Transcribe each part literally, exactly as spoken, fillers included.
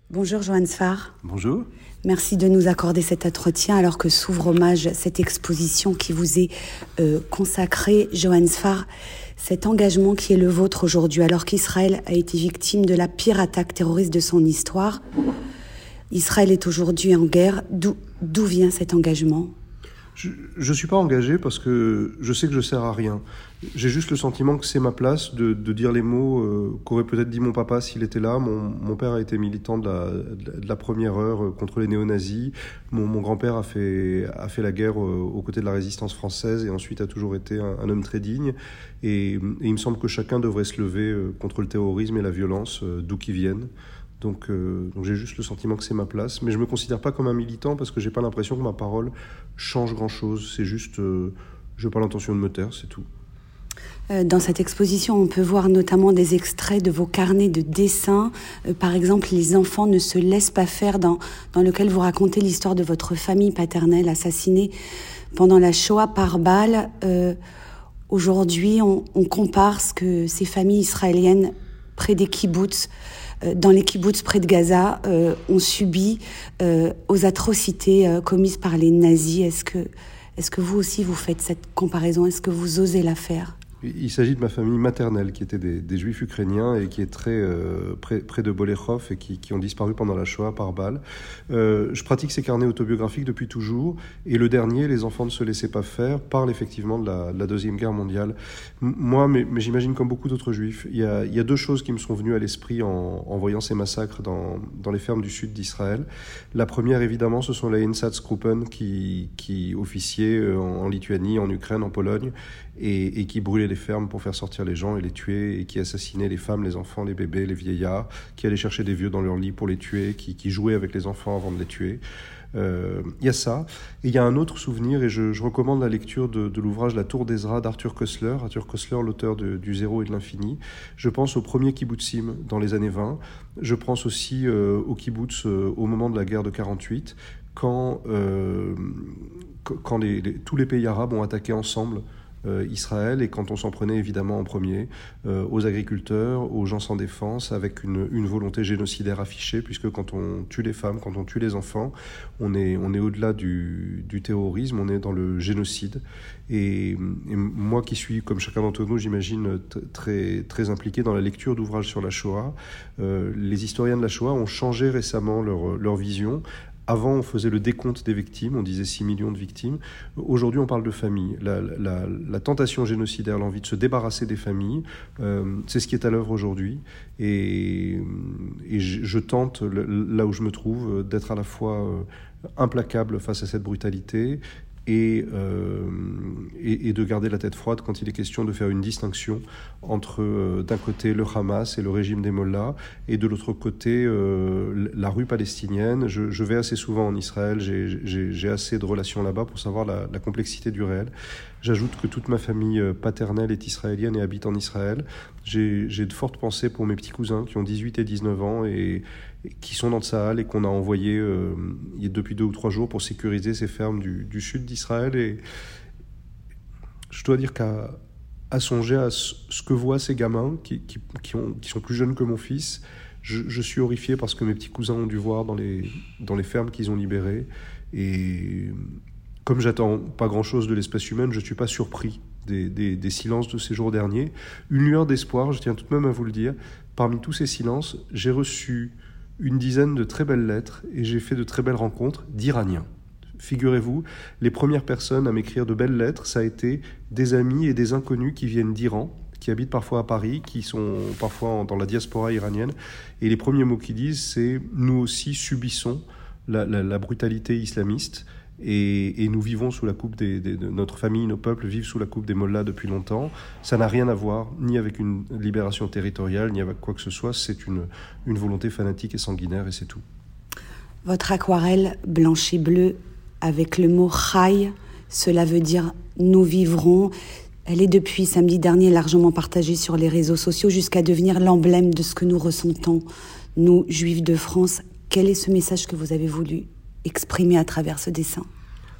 Bonjour Johan Sfar. Bonjour. Merci de nous accorder cet entretien alors que s'ouvre hommage cette exposition qui vous est euh, consacrée. Johan Sfar, cet engagement qui est le vôtre aujourd'hui alors qu'Israël a été victime de la pire attaque terroriste de son histoire. Israël est aujourd'hui en guerre. D'où, d'où vient cet engagement ? Je ne suis pas engagé parce que je sais que je sers à rien. J'ai juste le sentiment que c'est ma place de, de dire les mots euh, qu'aurait peut-être dit mon papa s'il était là. Mon, mon père a été militant de la, de la première heure contre les néo-nazis. Mon, mon grand-père a fait, a fait la guerre euh, aux côtés de la résistance française et ensuite a toujours été un, un homme très digne. Et, et il me semble que chacun devrait se lever euh, contre le terrorisme et la violence, euh, d'où qu'ils viennent. Donc, euh, donc j'ai juste le sentiment que c'est ma place. Mais je ne me considère pas comme un militant parce que je n'ai pas l'impression que ma parole change grand-chose. C'est juste, euh, je n'ai pas l'intention de me taire, c'est tout. Dans cette exposition, on peut voir notamment des extraits de vos carnets de dessins. Euh, par exemple, Les enfants ne se laissent pas faire, dans, dans lequel vous racontez l'histoire de votre famille paternelle assassinée pendant la Shoah par balle. Euh, aujourd'hui, on, on compare ce que ces familles israéliennes près des kibboutz, dans les kibboutz près de Gaza, euh, ont subi euh, aux atrocités euh, commises par les nazis. Est-ce que, est-ce que vous aussi vous faites cette comparaison ? Est-ce que vous osez la faire ? Il s'agit de ma famille maternelle qui était des, des juifs ukrainiens et qui est très euh, près, près de Bolechov et qui, qui ont disparu pendant la Shoah par balle. Euh, je pratique ces carnets autobiographiques depuis toujours et le dernier, Les enfants ne se laissaient pas faire, parle effectivement de la, de la Deuxième Guerre mondiale. M- moi, mais, mais j'imagine comme beaucoup d'autres juifs, il y a, il y a deux choses qui me sont venues à l'esprit en, en voyant ces massacres dans, dans les fermes du sud d'Israël. La première, évidemment, ce sont les Einsatzgruppen qui, qui officiaient en, en Lituanie, en Ukraine, en Pologne et, et qui brûlaient les fermes pour faire sortir les gens et les tuer, et qui assassinaient les femmes, les enfants, les bébés, les vieillards, qui allaient chercher des vieux dans leur lit pour les tuer, qui, qui jouaient avec les enfants avant de les tuer. Euh, il y a ça. Et il y a un autre souvenir, et je, je recommande la lecture de, de l'ouvrage La Tour d'Ezra d'Arthur Koestler. Arthur Koestler, l'auteur de, du Zéro et de l'Infini. Je pense au premier kibbutzim dans les années vingt. Je pense aussi euh, au kibbutz euh, au moment de la guerre de quarante-huit, quand, euh, quand les, les, tous les pays arabes ont attaqué ensemble Euh, Israël, et quand on s'en prenait évidemment en premier euh, aux agriculteurs, aux gens sans défense, avec une, une volonté génocidaire affichée, puisque quand on tue les femmes, quand on tue les enfants, on est, on est au-delà du, du terrorisme, on est dans le génocide. Et, et moi qui suis, comme chacun d'entre nous, j'imagine, t- très, très impliqué dans la lecture d'ouvrages sur la Shoah, euh, les historiens de la Shoah ont changé récemment leur, leur vision. Avant, on faisait le décompte des victimes, on disait six millions de victimes. Aujourd'hui, on parle de familles. La, la, la tentation génocidaire, l'envie de se débarrasser des familles, euh, c'est ce qui est à l'œuvre aujourd'hui. Et, et je, je tente, là où je me trouve, d'être à la fois implacable face à cette brutalité et, euh, et, et de garder la tête froide quand il est question de faire une distinction entre, euh, d'un côté, le Hamas et le régime des Mollahs, et de l'autre côté, euh, la rue palestinienne. Je, je vais assez souvent en Israël, j'ai, j'ai, j'ai assez de relations là-bas pour savoir la, la complexité du réel. J'ajoute que toute ma famille paternelle est israélienne et habite en Israël. J'ai, j'ai de fortes pensées pour mes petits cousins qui ont dix-huit et dix-neuf ans et, et qui sont dans Tsahal et qu'on a envoyés euh, depuis deux ou trois jours pour sécuriser ces fermes du, du sud d'Israël. Et je dois dire qu'à à songer à ce que voient ces gamins qui, qui, qui, ont, qui sont plus jeunes que mon fils, je, je suis horrifié par ce que mes petits cousins ont dû voir dans les, dans les fermes qu'ils ont libérées. Et comme j'attends pas grand-chose de l'espèce humaine, je ne suis pas surpris des, des, des silences de ces jours derniers. Une lueur d'espoir, je tiens tout de même à vous le dire. Parmi tous ces silences, j'ai reçu une dizaine de très belles lettres et j'ai fait de très belles rencontres d'Iraniens. Figurez-vous, les premières personnes à m'écrire de belles lettres, ça a été des amis et des inconnus qui viennent d'Iran, qui habitent parfois à Paris, qui sont parfois dans la diaspora iranienne. Et les premiers mots qu'ils disent, c'est « nous aussi subissons la, la, la brutalité islamiste ». Et, et nous vivons sous la coupe des, des, de notre famille, nos peuples vivent sous la coupe des mollahs depuis longtemps. Ça n'a rien à voir ni avec une libération territoriale, ni avec quoi que ce soit. C'est une, une volonté fanatique et sanguinaire, et c'est tout. Votre aquarelle blanche et bleue avec le mot « Chai », cela veut dire « nous vivrons ». Elle est depuis samedi dernier largement partagée sur les réseaux sociaux jusqu'à devenir l'emblème de ce que nous ressentons, nous, Juifs de France. Quel est ce message que vous avez voulu exprimer à travers ce dessin ?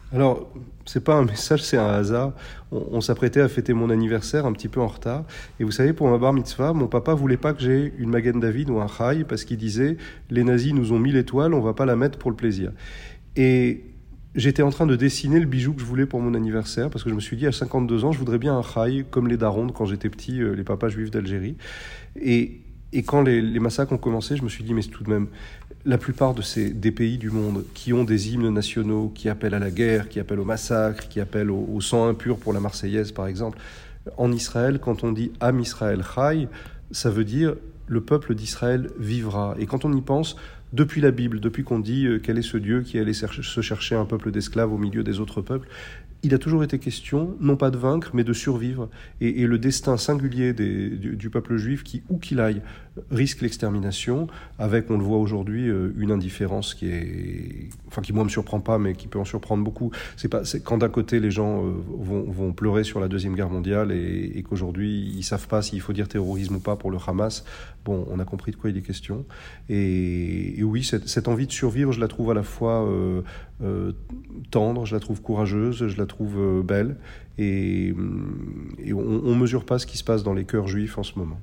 Alors, c'est pas un message, c'est un hasard. On, on s'apprêtait à fêter mon anniversaire un petit peu en retard. Et vous savez, pour ma bar mitzvah, mon papa voulait pas que j'ai une Magen David ou un Chai parce qu'il disait « Les nazis nous ont mis l'étoile, on va pas la mettre pour le plaisir ». Et j'étais en train de dessiner le bijou que je voulais pour mon anniversaire parce que je me suis dit, à cinquante-deux ans, je voudrais bien un Chai comme les darons quand j'étais petit, les papas juifs d'Algérie. Et, et quand les, les massacres ont commencé, je me suis dit, mais c'est tout de même... La plupart de ces, des pays du monde qui ont des hymnes nationaux, qui appellent à la guerre, qui appellent au massacre, qui appellent au, au sang impur pour la Marseillaise, par exemple. En Israël, quand on dit « Am Israël Chai », ça veut dire « le peuple d'Israël vivra ». Et quand on y pense, depuis la Bible, depuis qu'on dit euh, quel est ce Dieu qui allait se chercher un peuple d'esclaves au milieu des autres peuples, il a toujours été question, non pas de vaincre, mais de survivre. Et, et le destin singulier des, du, du peuple juif, qui, où qu'il aille, risque l'extermination, avec, on le voit aujourd'hui, une indifférence qui est, enfin, qui moi me surprend pas, mais qui peut en surprendre beaucoup. C'est pas, c'est quand d'un côté les gens euh, vont, vont pleurer sur la Deuxième Guerre mondiale et, et qu'aujourd'hui ils savent pas s'il faut dire terrorisme ou pas pour le Hamas. Bon, on a compris de quoi il est question. Et, et oui, cette, cette envie de survivre, je la trouve à la fois euh, euh, tendre, je la trouve courageuse, je la trouve euh, belle. Et, et on ne mesure pas ce qui se passe dans les cœurs juifs en ce moment.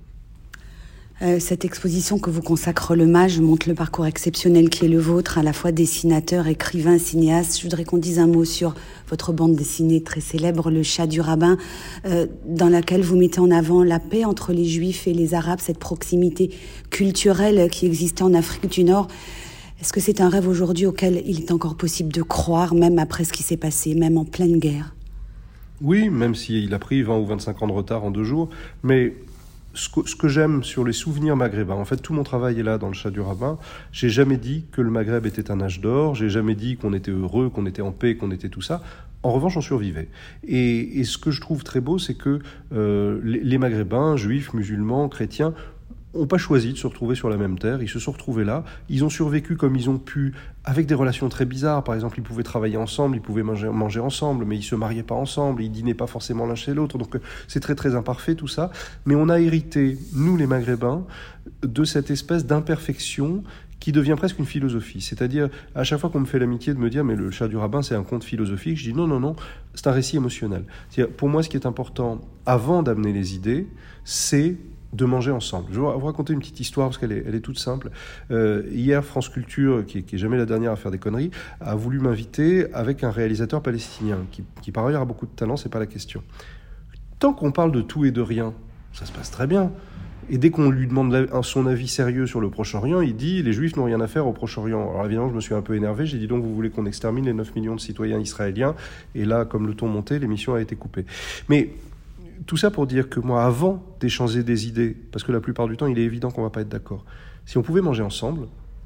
Euh, cette exposition que vous consacre le Mage montre le parcours exceptionnel qui est le vôtre, à la fois dessinateur, écrivain, cinéaste. Je voudrais qu'on dise un mot sur votre bande dessinée très célèbre, Le Chat du Rabbin, euh, dans laquelle vous mettez en avant la paix entre les Juifs et les Arabes, cette proximité culturelle qui existait en Afrique du Nord. Est-ce que c'est un rêve aujourd'hui auquel il est encore possible de croire, même après ce qui s'est passé, même en pleine guerre ? Oui, même s'il a pris vingt ou vingt-cinq ans de retard en deux jours, mais... Ce que, ce que j'aime sur les souvenirs maghrébins, en fait, tout mon travail est là dans Le Chat du Rabbin. J'ai jamais dit que le Maghreb était un âge d'or, j'ai jamais dit qu'on était heureux, qu'on était en paix, qu'on était tout ça. En revanche, on survivait. Et, et ce que je trouve très beau, c'est que euh, les, les Maghrébins, juifs, musulmans, chrétiens, n'ont pas choisi de se retrouver sur la même terre, ils se sont retrouvés là, ils ont survécu comme ils ont pu, avec des relations très bizarres. Par exemple, ils pouvaient travailler ensemble, ils pouvaient manger, manger ensemble, mais ils se mariaient pas ensemble, ils dînaient pas forcément l'un chez l'autre, donc c'est très très imparfait tout ça. Mais on a hérité, nous les Maghrébins, de cette espèce d'imperfection qui devient presque une philosophie. C'est-à-dire, à chaque fois qu'on me fait l'amitié de me dire « mais le Chat du Rabbin, c'est un conte philosophique », je dis « non, non, non, c'est un récit émotionnel ». C'est-à-dire, pour moi, ce qui est important, avant d'amener les idées, c'est de manger ensemble. Je vais vous raconter une petite histoire parce qu'elle est, elle est toute simple. Euh, hier, France Culture, qui, qui est jamais la dernière à faire des conneries, a voulu m'inviter avec un réalisateur palestinien qui, qui par ailleurs a beaucoup de talent, c'est pas la question. Tant qu'on parle de tout et de rien, ça se passe très bien. Et dès qu'on lui demande son avis sérieux sur le Proche-Orient, il dit « les Juifs n'ont rien à faire au Proche-Orient ». Alors évidemment, je me suis un peu énervé, j'ai dit « donc vous voulez qu'on extermine les neuf millions de citoyens israéliens ?» Et là, comme le ton montait, l'émission a été coupée. Mais tout ça pour dire que moi, avant d'échanger des idées, parce que la plupart du temps, il est évident qu'on ne va pas être d'accord, si on pouvait manger ensemble,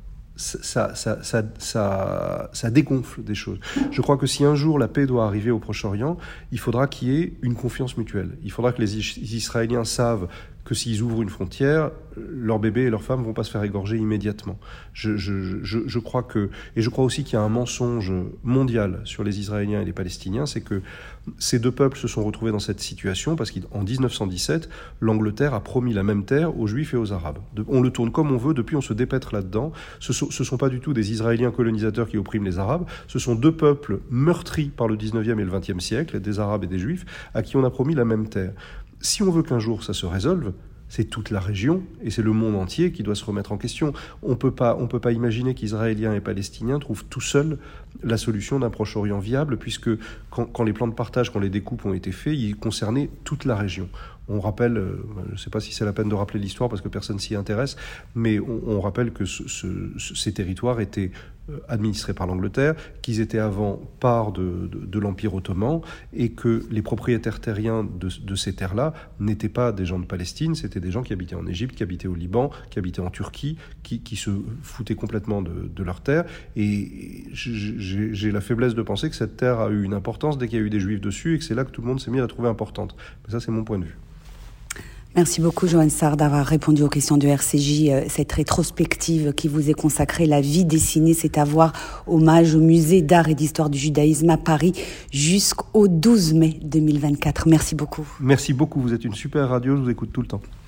ça, ça, ça, ça, ça dégonfle des choses. Je crois que si un jour la paix doit arriver au Proche-Orient, il faudra qu'il y ait une confiance mutuelle. Il faudra que les Israéliens savent que s'ils ouvrent une frontière, leurs bébés et leurs femmes ne vont pas se faire égorger immédiatement. Je, je, je, je crois que, et je crois aussi qu'il y a un mensonge mondial sur les Israéliens et les Palestiniens, c'est que ces deux peuples se sont retrouvés dans cette situation parce qu'en dix-neuf cent dix-sept, l'Angleterre a promis la même terre aux Juifs et aux Arabes. On le tourne comme on veut, depuis on se dépètre là-dedans. Ce ne sont, sont pas du tout des Israéliens colonisateurs qui oppriment les Arabes, ce sont deux peuples meurtris par le dix-neuvième et le vingtième siècle, des Arabes et des Juifs, à qui on a promis la même terre. Si on veut qu'un jour ça se résolve, c'est toute la région et c'est le monde entier qui doit se remettre en question. On peut pas, on peut pas imaginer qu'Israéliens et Palestiniens trouvent tout seuls la solution d'un Proche-Orient viable, puisque quand, quand les plans de partage, quand les découpes ont été faits, ils concernaient toute la région. On rappelle, euh, je ne sais pas si c'est la peine de rappeler l'histoire parce que personne s'y intéresse, mais on, on rappelle que ce, ce, ces territoires étaient administrés par l'Angleterre, qu'ils étaient avant part de, de, de l'Empire ottoman et que les propriétaires terriens de, de ces terres-là n'étaient pas des gens de Palestine, c'était des gens qui habitaient en Égypte, qui habitaient au Liban, qui habitaient en Turquie, qui, qui se foutaient complètement de, de leurs terres. Et j'ai, j'ai la faiblesse de penser que cette terre a eu une importance dès qu'il y a eu des Juifs dessus et que c'est là que tout le monde s'est mis à la trouver importante. Mais ça, c'est mon point de vue. Merci beaucoup, Johan Sarr, d'avoir répondu aux questions de R C J. Cette rétrospective qui vous est consacrée, La vie dessinée, c'est à voir. Hommage au musée d'art et d'histoire du judaïsme à Paris jusqu'au douze mai deux mille vingt-quatre. Merci beaucoup. Merci beaucoup, vous êtes une super radio, je vous écoute tout le temps.